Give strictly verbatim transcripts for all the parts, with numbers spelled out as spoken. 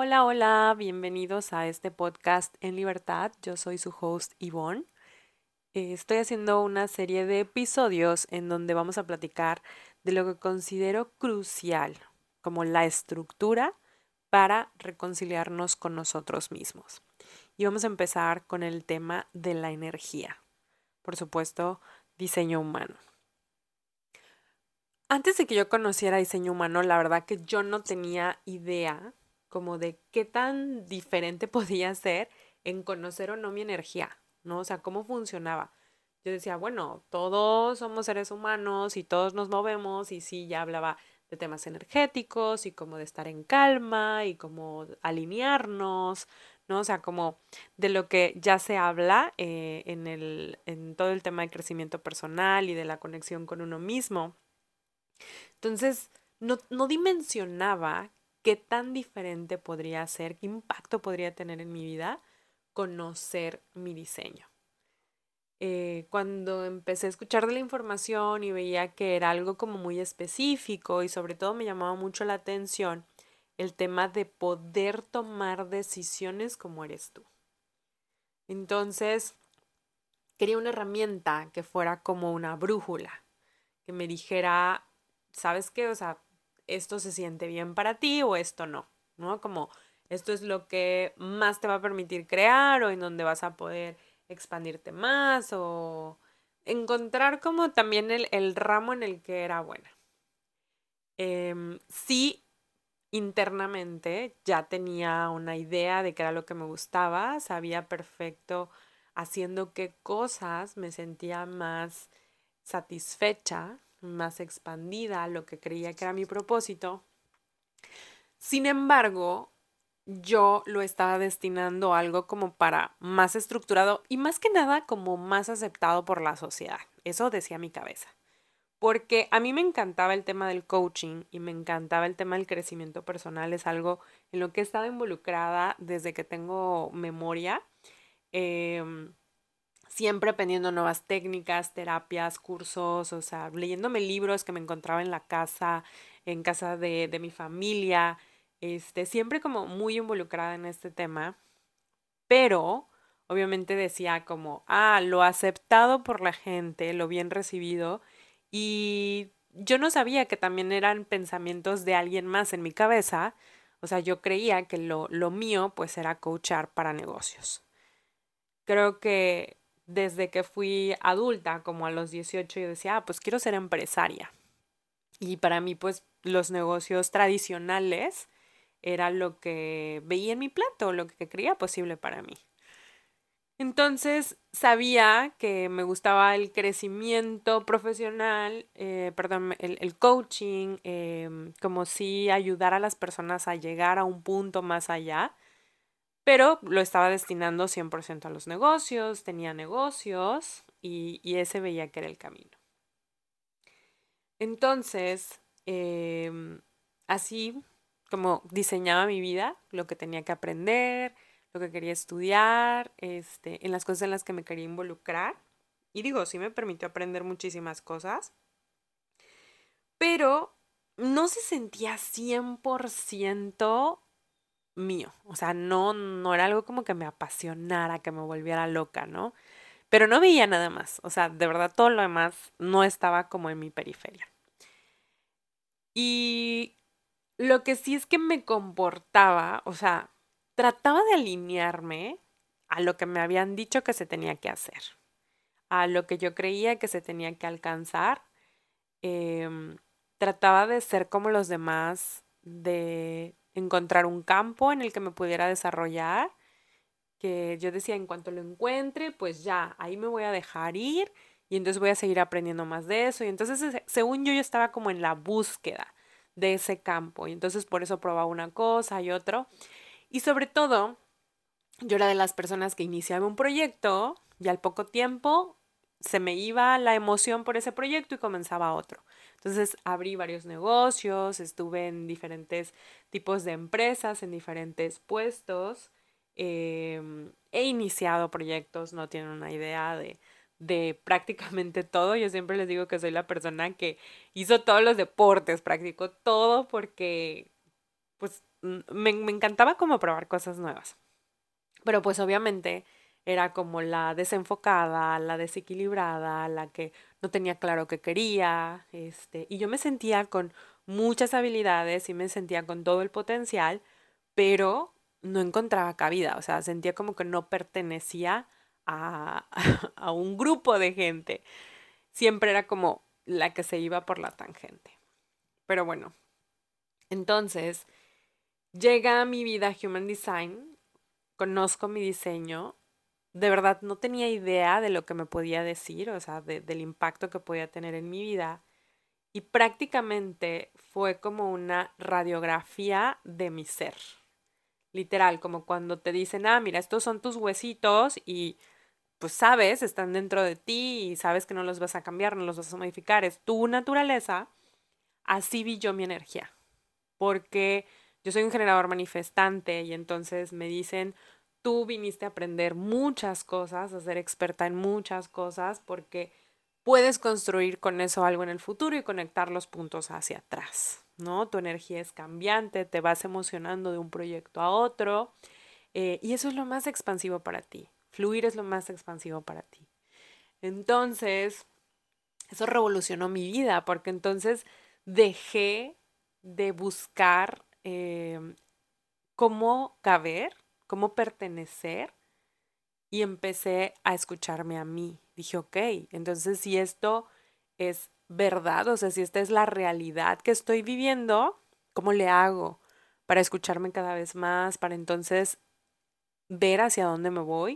Hola, hola, bienvenidos a este podcast en libertad. Yo soy su host Yvonne. Eh, estoy haciendo una serie de episodios en donde vamos a platicar de lo que considero crucial, como la estructura para reconciliarnos con nosotros mismos. Y vamos a empezar con el tema de la energía. Por supuesto, diseño humano. Antes de que yo conociera diseño humano, la verdad que yo no tenía idea como de qué tan diferente podía ser en conocer o no mi energía, ¿no? O sea, cómo funcionaba. Yo decía, bueno, todos somos seres humanos y todos nos movemos y sí, ya hablaba de temas energéticos y como de estar en calma y como alinearnos, ¿no? O sea, como de lo que ya se habla eh, en el, en todo el tema de crecimiento personal y de la conexión con uno mismo. Entonces, no, no dimensionaba qué tan diferente podría ser, qué impacto podría tener en mi vida conocer mi diseño. Eh, cuando empecé a escuchar de la información y veía que era algo como muy específico y sobre todo me llamaba mucho la atención el tema de poder tomar decisiones como eres tú. Entonces, quería una herramienta que fuera como una brújula, que me dijera, ¿sabes qué? O sea, esto se siente bien para ti o esto no, ¿no? Como esto es lo que más te va a permitir crear o en donde vas a poder expandirte más o encontrar como también el, el ramo en el que era buena. Em, sí, internamente ya tenía una idea de qué era lo que me gustaba, sabía perfecto haciendo qué cosas me sentía más satisfecha, más expandida, lo que creía que era mi propósito. Sin embargo, yo lo estaba destinando a algo como para más estructurado y más que nada como más aceptado por la sociedad. Eso decía mi cabeza. Porque a mí me encantaba el tema del coaching y me encantaba el tema del crecimiento personal. Es algo en lo que he estado involucrada desde que tengo memoria. Em, Siempre aprendiendo nuevas técnicas, terapias, cursos, o sea, leyéndome libros que me encontraba en la casa, en casa de, de mi familia, este, siempre como muy involucrada en este tema, pero obviamente decía como, ah, lo aceptado por la gente, lo bien recibido, y yo no sabía que también eran pensamientos de alguien más en mi cabeza, o sea, yo creía que lo, lo mío pues era coachar para negocios. Creo que desde que fui adulta, como a los dieciocho, yo decía, ah, pues quiero ser empresaria. Y para mí, pues los negocios tradicionales era lo que veía en mi plato, lo que creía posible para mí. Entonces sabía que me gustaba el crecimiento profesional, eh, perdón, el, el coaching, em, como si ayudar a las personas a llegar a un punto más allá, pero lo estaba destinando cien por ciento a los negocios, tenía negocios y, y ese veía que era el camino. Entonces, em, así como diseñaba mi vida, lo que tenía que aprender, lo que quería estudiar, este, en las cosas en las que me quería involucrar. Y digo, sí me permitió aprender muchísimas cosas, pero no se sentía cien por ciento mío. O sea, no, no era algo como que me apasionara, que me volviera loca, ¿no? Pero no veía nada más. O sea, de verdad todo lo demás no estaba como en mi periferia. Y lo que sí es que me comportaba, o sea, trataba de alinearme a lo que me habían dicho que se tenía que hacer, a lo que yo creía que se tenía que alcanzar. em, Trataba de ser como los demás, de encontrar un campo en el que me pudiera desarrollar, que yo decía, en cuanto lo encuentre, pues ya, ahí me voy a dejar ir y entonces voy a seguir aprendiendo más de eso. Y entonces, se- según yo, yo estaba como en la búsqueda de ese campo y entonces por eso probaba una cosa y otro. Y sobre todo, yo era de las personas que iniciaba un proyecto y al poco tiempo se me iba la emoción por ese proyecto y comenzaba otro. Entonces abrí varios negocios, estuve en diferentes tipos de empresas, en diferentes puestos, eh, he iniciado proyectos, no tienen una idea de, de prácticamente todo. Yo siempre les digo que soy la persona que hizo todos los deportes, practicó todo porque pues mm, me, me encantaba como probar cosas nuevas. Pero pues obviamente era como la desenfocada, la desequilibrada, la que no tenía claro qué quería, este, y yo me sentía con muchas habilidades y me sentía con todo el potencial, pero no encontraba cabida, o sea, sentía como que no pertenecía a, a un grupo de gente. Siempre era como la que se iba por la tangente. Pero bueno, entonces llega a mi vida Human Design, conozco mi diseño, de verdad no tenía idea de lo que me podía decir, o sea, de- del impacto que podía tener en mi vida. Y prácticamente fue como una radiografía de mi ser. Literal, como cuando te dicen, ah, mira, estos son tus huesitos y pues sabes, están dentro de ti y sabes que no los vas a cambiar, no los vas a modificar, es tu naturaleza. Así vi yo mi energía, porque yo soy un generador manifestante y entonces me dicen, tú viniste a aprender muchas cosas, a ser experta en muchas cosas, porque puedes construir con eso algo en el futuro y conectar los puntos hacia atrás, ¿no? Tu energía es cambiante, te vas emocionando de un proyecto a otro, eh, y eso es lo más expansivo para ti. Fluir es lo más expansivo para ti. Entonces, eso revolucionó mi vida, porque entonces dejé de buscar eh, cómo caber, cómo pertenecer y empecé a escucharme a mí. Dije, ok, entonces si esto es verdad, o sea, si esta es la realidad que estoy viviendo, ¿cómo le hago para escucharme cada vez más, para entonces ver hacia dónde me voy?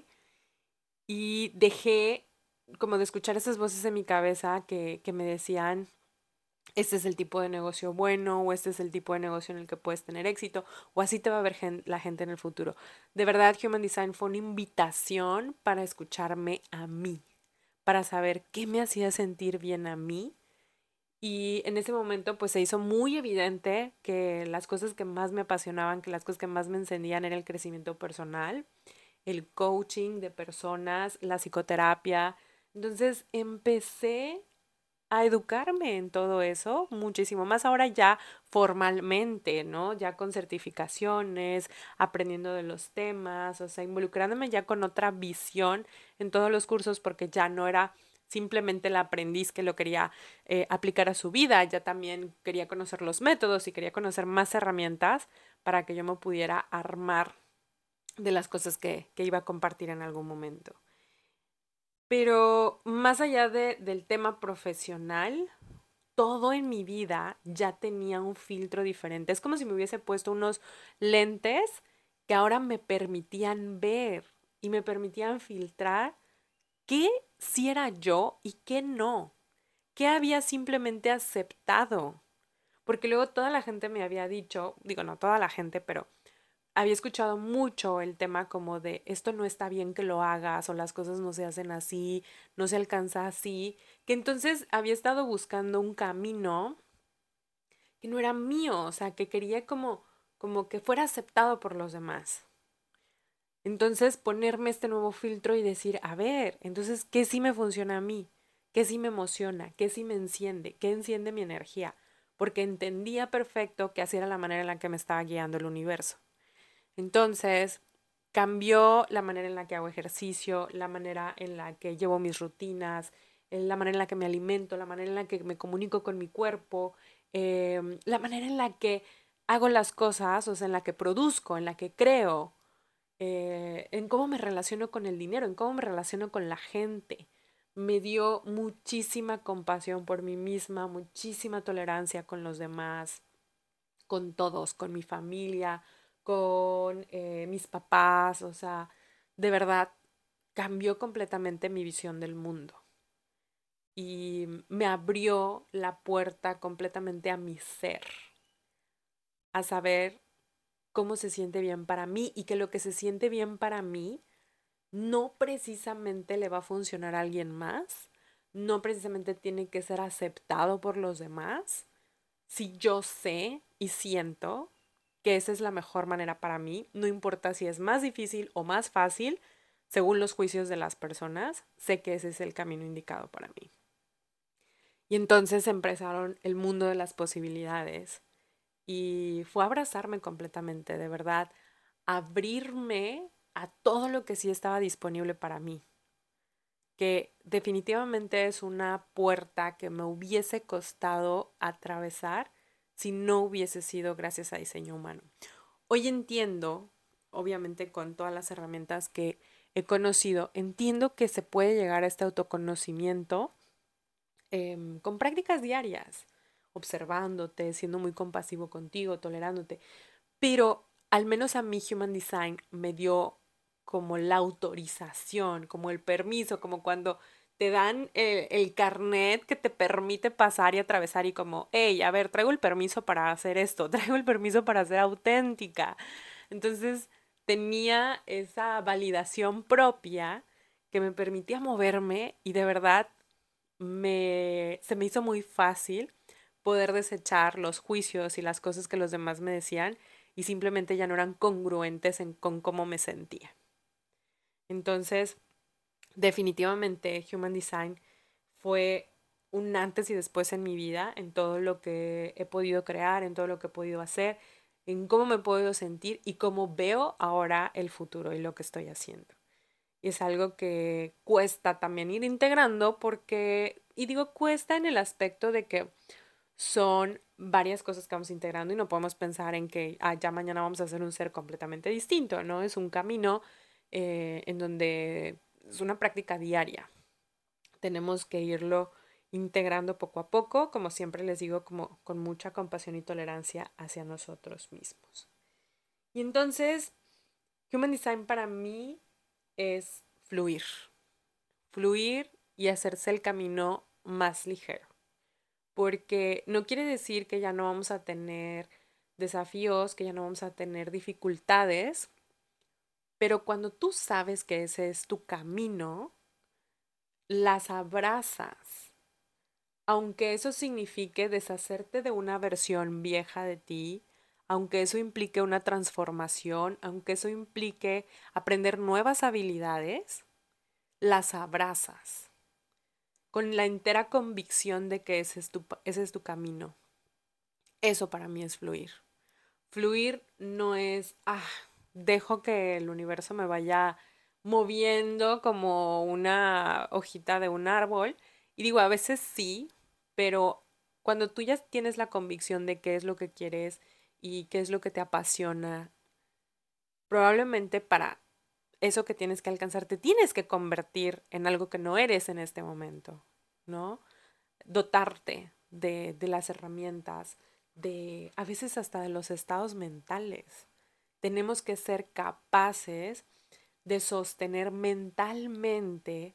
Y dejé como de escuchar esas voces en mi cabeza que, que me decían, este es el tipo de negocio bueno o este es el tipo de negocio en el que puedes tener éxito o así te va a ver gen- la gente en el futuro. De verdad, Human Design fue una invitación para escucharme a mí, para saber qué me hacía sentir bien a mí. Y en ese momento pues se hizo muy evidente que las cosas que más me apasionaban, que las cosas que más me encendían era el crecimiento personal, el coaching de personas, la psicoterapia. Entonces empecé a educarme en todo eso muchísimo más ahora ya formalmente, ¿no? Ya con certificaciones, aprendiendo de los temas, o sea, involucrándome ya con otra visión en todos los cursos porque ya no era simplemente el aprendiz que lo quería eh, aplicar a su vida, ya también quería conocer los métodos y quería conocer más herramientas para que yo me pudiera armar de las cosas que, que iba a compartir en algún momento. Pero más allá de, del tema profesional, todo en mi vida ya tenía un filtro diferente. Es como si me hubiese puesto unos lentes que ahora me permitían ver y me permitían filtrar qué sí era yo y qué no, qué había simplemente aceptado. Porque luego toda la gente me había dicho, digo, no toda la gente, pero había escuchado mucho el tema como de esto no está bien que lo hagas o las cosas no se hacen así, no se alcanza así, que entonces había estado buscando un camino que no era mío, o sea, que quería como como que fuera aceptado por los demás. Entonces ponerme este nuevo filtro y decir, a ver, entonces, ¿qué sí me funciona a mí? ¿Qué sí me emociona? ¿Qué sí me enciende? ¿Qué enciende mi energía? Porque entendía perfecto que así era la manera en la que me estaba guiando el universo. Entonces, cambió la manera en la que hago ejercicio, la manera en la que llevo mis rutinas, eh, la manera en la que me alimento, la manera en la que me comunico con mi cuerpo, em, la manera en la que hago las cosas, o sea, en la que produzco, en la que creo, eh, en cómo me relaciono con el dinero, en cómo me relaciono con la gente. Me dio muchísima compasión por mí misma, muchísima tolerancia con los demás, con todos, con mi familia, con eh, mis papás, o sea, de verdad cambió completamente mi visión del mundo y me abrió la puerta completamente a mi ser, a saber cómo se siente bien para mí y que lo que se siente bien para mí no precisamente le va a funcionar a alguien más, no precisamente tiene que ser aceptado por los demás, si yo sé y siento que esa es la mejor manera para mí, no importa si es más difícil o más fácil, según los juicios de las personas, sé que ese es el camino indicado para mí. Y entonces empezaron el mundo de las posibilidades y fue abrazarme completamente, de verdad, abrirme a todo lo que sí estaba disponible para mí, que definitivamente es una puerta que me hubiese costado atravesar si no hubiese sido gracias a diseño humano. Hoy entiendo, obviamente con todas las herramientas que he conocido, entiendo que se puede llegar a este autoconocimiento em, con prácticas diarias, observándote, siendo muy compasivo contigo, tolerándote, pero al menos a mí Human Design me dio como la autorización, como el permiso, como cuando te dan el, el carnet que te permite pasar y atravesar y como, hey, a ver, traigo el permiso para hacer esto, traigo el permiso para ser auténtica. Entonces tenía esa validación propia que me permitía moverme y de verdad me, se me hizo muy fácil poder desechar los juicios y las cosas que los demás me decían y simplemente ya no eran congruentes en, con cómo me sentía. Entonces, definitivamente Human Design fue un antes y después en mi vida, en todo lo que he podido crear, en todo lo que he podido hacer, en cómo me he podido sentir y cómo veo ahora el futuro y lo que estoy haciendo. Y es algo que cuesta también ir integrando porque, y digo cuesta en el aspecto de que son varias cosas que vamos integrando y no podemos pensar en que ah, ya mañana vamos a ser un ser completamente distinto, ¿no? Es un camino eh, en donde es una práctica diaria. Tenemos que irlo integrando poco a poco, como siempre les digo, como con mucha compasión y tolerancia hacia nosotros mismos. Y entonces, Human Design para mí es fluir, fluir y hacerse el camino más ligero, porque no quiere decir que ya no vamos a tener desafíos, que ya no vamos a tener dificultades, pero cuando tú sabes que ese es tu camino, las abrazas, aunque eso signifique deshacerte de una versión vieja de ti, aunque eso implique una transformación, aunque eso implique aprender nuevas habilidades, las abrazas con la entera convicción de que ese es tu, ese es tu camino. Eso para mí es fluir. Fluir no es, ah, dejo que el universo me vaya moviendo como una hojita de un árbol. Y digo, a veces sí, pero cuando tú ya tienes la convicción de qué es lo que quieres y qué es lo que te apasiona, probablemente para eso que tienes que alcanzar te tienes que convertir en algo que no eres en este momento, ¿no? Dotarte de, de las herramientas, de a veces hasta de los estados mentales. Tenemos que ser capaces de sostener mentalmente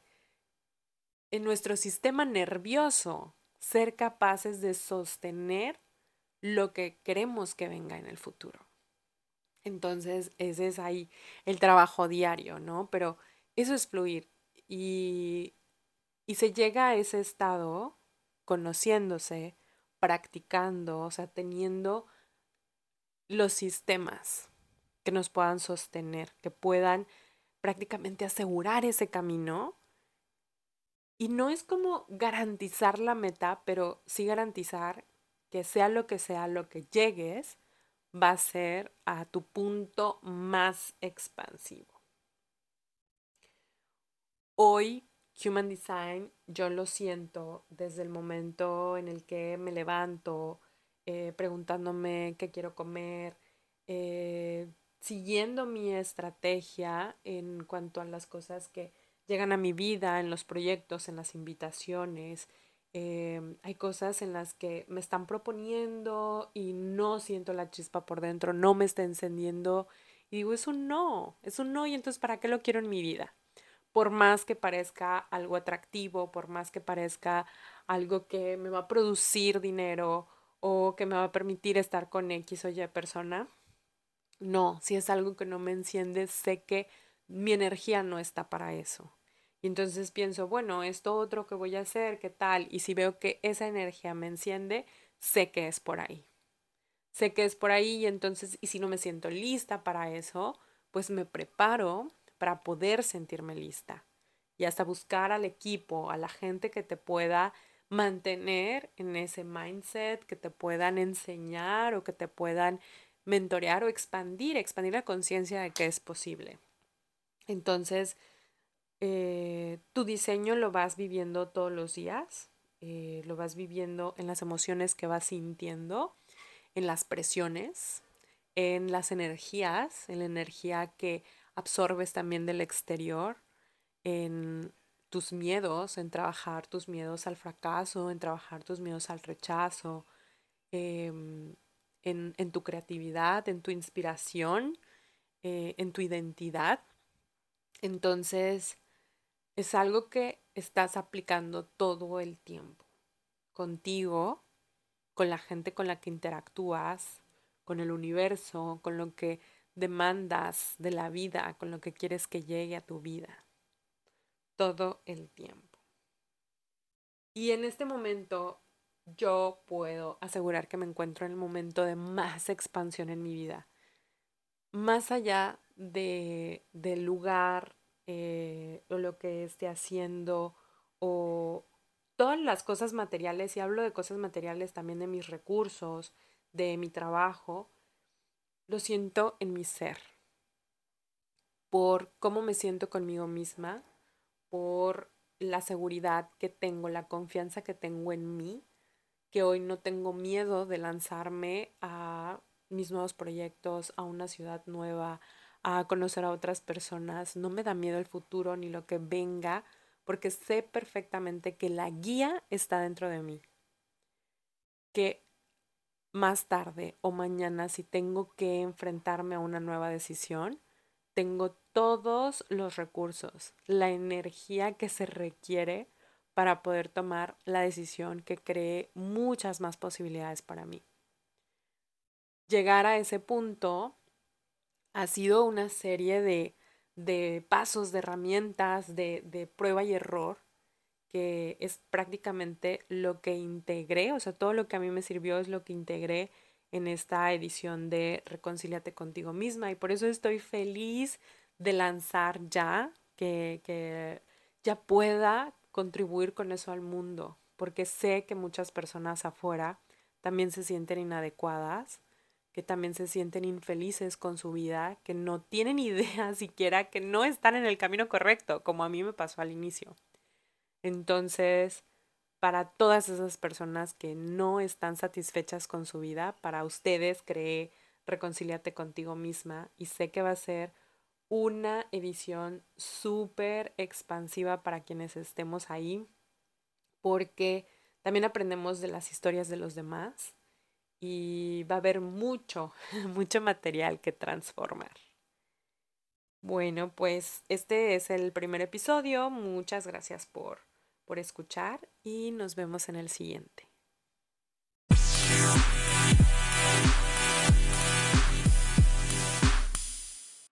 en nuestro sistema nervioso, ser capaces de sostener lo que queremos que venga en el futuro. Entonces, ese es ahí el trabajo diario, ¿no? Pero eso es fluir y, y se llega a ese estado conociéndose, practicando, o sea, teniendo los sistemas que nos puedan sostener, que puedan prácticamente asegurar ese camino. Y no es como garantizar la meta, pero sí garantizar que sea lo que sea lo que llegues, va a ser a tu punto más expansivo. Hoy, Human Design, yo lo siento desde el momento en el que me levanto, eh, preguntándome qué quiero comer, eh, siguiendo mi estrategia en cuanto a las cosas que llegan a mi vida, en los proyectos, en las invitaciones. Em, hay cosas en las que me están proponiendo y no siento la chispa por dentro, no me está encendiendo. Y digo, es un no, es un no, y entonces ¿para qué lo quiero en mi vida? Por más que parezca algo atractivo, por más que parezca algo que me va a producir dinero o que me va a permitir estar con X o Y persona, no, si es algo que no me enciende, sé que mi energía no está para eso. Y entonces pienso, bueno, esto otro que voy a hacer, ¿qué tal? Y si veo que esa energía me enciende, sé que es por ahí. Sé que es por ahí y entonces, y si no me siento lista para eso, pues me preparo para poder sentirme lista y hasta buscar al equipo, a la gente que te pueda mantener en ese mindset, que te puedan enseñar o que te puedan mentorear o expandir, expandir la conciencia de que es posible. Entonces, eh, tu diseño lo vas viviendo todos los días, eh, lo vas viviendo en las emociones que vas sintiendo, en las presiones, en las energías, en la energía que absorbes también del exterior, en tus miedos, en trabajar tus miedos al fracaso, en trabajar tus miedos al rechazo, em, en, en tu creatividad, en tu inspiración, eh, en tu identidad. Entonces, es algo que estás aplicando todo el tiempo, contigo, con la gente con la que interactúas, con el universo, con lo que demandas de la vida, con lo que quieres que llegue a tu vida, todo el tiempo. Y en este momento yo puedo asegurar que me encuentro en el momento de más expansión en mi vida, más allá de, del lugar eh, o lo que esté haciendo o todas las cosas materiales, y hablo de cosas materiales también de mis recursos, de mi trabajo, lo siento en mi ser, por cómo me siento conmigo misma, por la seguridad que tengo, la confianza que tengo en mí, que hoy no tengo miedo de lanzarme a mis nuevos proyectos, a una ciudad nueva, a conocer a otras personas. No me da miedo el futuro ni lo que venga, porque sé perfectamente que la guía está dentro de mí. Que más tarde o mañana, si tengo que enfrentarme a una nueva decisión, tengo todos los recursos, la energía que se requiere para poder tomar la decisión que cree muchas más posibilidades para mí. Llegar a ese punto ha sido una serie de, de pasos, de herramientas, de, de prueba y error, que es prácticamente lo que integré, o sea, todo lo que a mí me sirvió es lo que integré en esta edición de Reconcíliate contigo misma, y por eso estoy feliz de lanzar ya, que, que ya pueda contribuir con eso al mundo, porque sé que muchas personas afuera también se sienten inadecuadas, que también se sienten infelices con su vida, que no tienen idea siquiera, que no están en el camino correcto, como a mí me pasó al inicio. Entonces, para todas esas personas que no están satisfechas con su vida, para ustedes creé Reconcíliate contigo misma, y sé que va a ser una edición súper expansiva para quienes estemos ahí, porque también aprendemos de las historias de los demás y va a haber mucho, mucho material que transformar. Bueno, pues este es el primer episodio. Muchas gracias por, por escuchar y nos vemos en el siguiente.